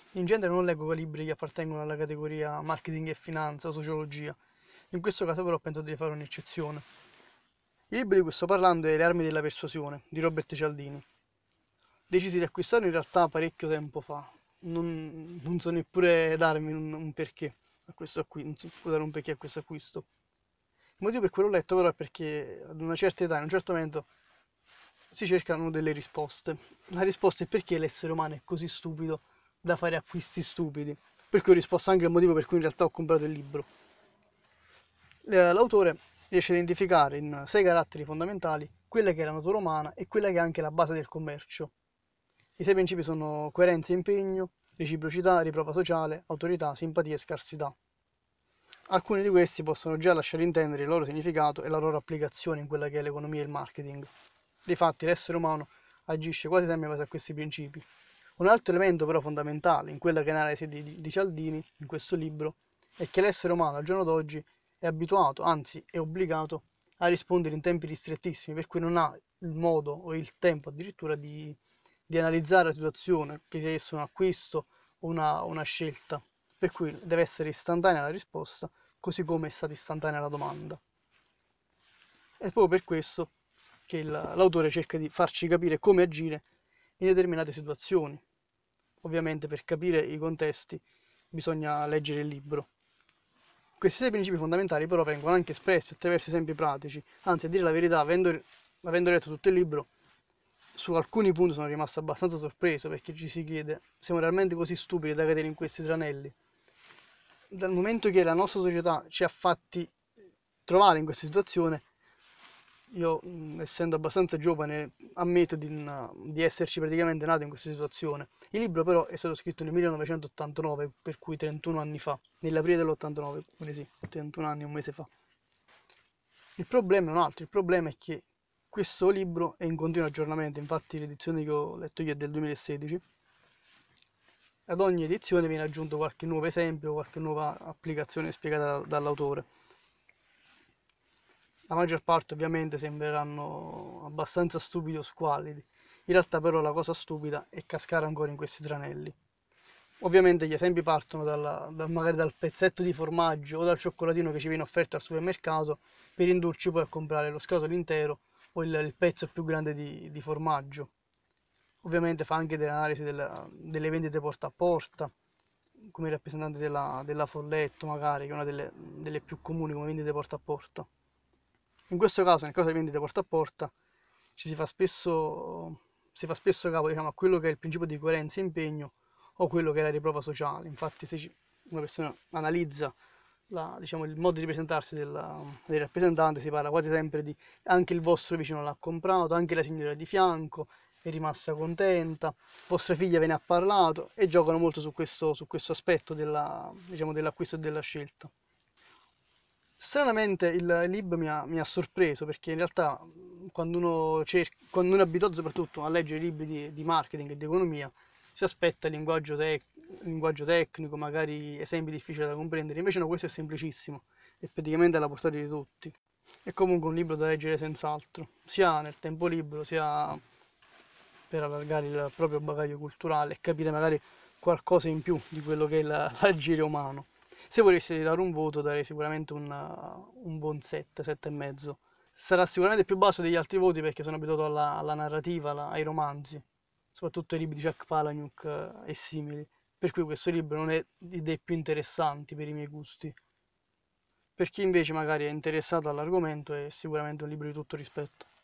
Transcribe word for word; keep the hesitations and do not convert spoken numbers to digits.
In genere non leggo libri che appartengono alla categoria marketing e finanza o sociologia. In questo caso però ho pensato di fare un'eccezione. Il libro di cui sto parlando è Le armi della persuasione di Robert Cialdini. Decisi di acquistarlo in realtà parecchio tempo fa. Non, non so neppure darmi un, un perché a questo acquisto, non so neppure dare un perché a questo acquisto. Il motivo per cui l'ho letto però è perché ad una certa età, in un certo momento, si cercano delle risposte. La risposta è perché l'essere umano è così stupido da fare acquisti stupidi. Per cui ho risposto anche al motivo per cui in realtà ho comprato il libro. L'autore riesce a identificare in sei caratteri fondamentali quella che è la natura umana e quella che è anche la base del commercio. I sei principi sono coerenza e impegno, reciprocità, riprova sociale, autorità, simpatia e scarsità. Alcuni di questi possono già lasciare intendere il loro significato e la loro applicazione in quella che è l'economia e il marketing. Difatti, l'essere umano agisce quasi sempre in base a questi principi. Un altro elemento però fondamentale in quella che è l'analisi di, di Cialdini, in questo libro, è che l'essere umano al giorno d'oggi è abituato, anzi è obbligato, a rispondere in tempi ristrettissimi, per cui non ha il modo o il tempo addirittura di, di analizzare la situazione, che sia esso un acquisto o una, una scelta, per cui deve essere istantanea la risposta, così come è stata istantanea la domanda. È proprio per questo che il- l'autore cerca di farci capire come agire in determinate situazioni. Ovviamente per capire i contesti bisogna leggere il libro. Questi sei principi fondamentali però vengono anche espressi attraverso esempi pratici, anzi a dire la verità, avendo, avendo letto tutto il libro, su alcuni punti sono rimasto abbastanza sorpreso perché ci si chiede, siamo realmente così stupidi da cadere in questi tranelli? Dal momento che la nostra società ci ha fatti trovare in questa situazione, io mh, essendo abbastanza giovane ammetto di, di esserci praticamente nato in questa situazione. Il libro però è stato scritto nel millenovecentottantanove, per cui trentuno anni fa, nell'aprile dell'ottantanove, quindi sì, trentuno anni, un mese fa. Il problema è un altro, il problema è che questo libro è in continuo aggiornamento, infatti l'edizione che ho letto io è del duemilasedici. Ad ogni edizione viene aggiunto qualche nuovo esempio, qualche nuova applicazione spiegata dall'autore. La maggior parte ovviamente sembreranno abbastanza stupidi o squallidi. In realtà però la cosa stupida è cascare ancora in questi tranelli. Ovviamente gli esempi partono dalla- da- magari dal pezzetto di formaggio o dal cioccolatino che ci viene offerto al supermercato per indurci poi a comprare lo scatolo intero o il, il pezzo più grande di, di formaggio. Ovviamente fa anche delle analisi della- delle vendite porta a porta, come rappresentante della, della Folletto magari, che è una delle, delle più comuni come vendite porta a porta. In questo caso, nel caso di vendite porta a porta, ci si fa spesso, si fa spesso capo, diciamo, a quello che è il principio di coerenza e impegno o quello che è la riprova sociale. Infatti, se ci- una persona analizza la- diciamo, il modo di presentarsi della- del rappresentante, si parla quasi sempre di anche il vostro vicino l'ha comprato, anche la signora di fianco è rimasta contenta, vostra figlia ve ne ha parlato e giocano molto su questo, su questo aspetto della, diciamo, dell'acquisto e della scelta. Stranamente il libro mi ha, mi ha sorpreso perché in realtà mh, quando uno, cerca, quando uno è abituato soprattutto a leggere libri di, di marketing e di economia si aspetta il linguaggio, tec- linguaggio tecnico, magari esempi difficili da comprendere, invece no, questo è semplicissimo, è praticamente alla portata di tutti. È comunque un libro da leggere senz'altro, sia nel tempo libero sia per allargare il proprio bagaglio culturale e capire magari qualcosa in più di quello che è la- l'agire umano. Se volessi dare un voto, darei sicuramente un, uh, un buon sette, sette e mezzo. Sarà sicuramente più basso degli altri voti perché sono abituato alla, alla narrativa, alla- ai romanzi, soprattutto ai libri di Jack Palahniuk eh, e simili. Per cui questo libro non è dei più interessanti per i miei gusti. Per chi invece magari è interessato all'argomento è sicuramente un libro di tutto rispetto.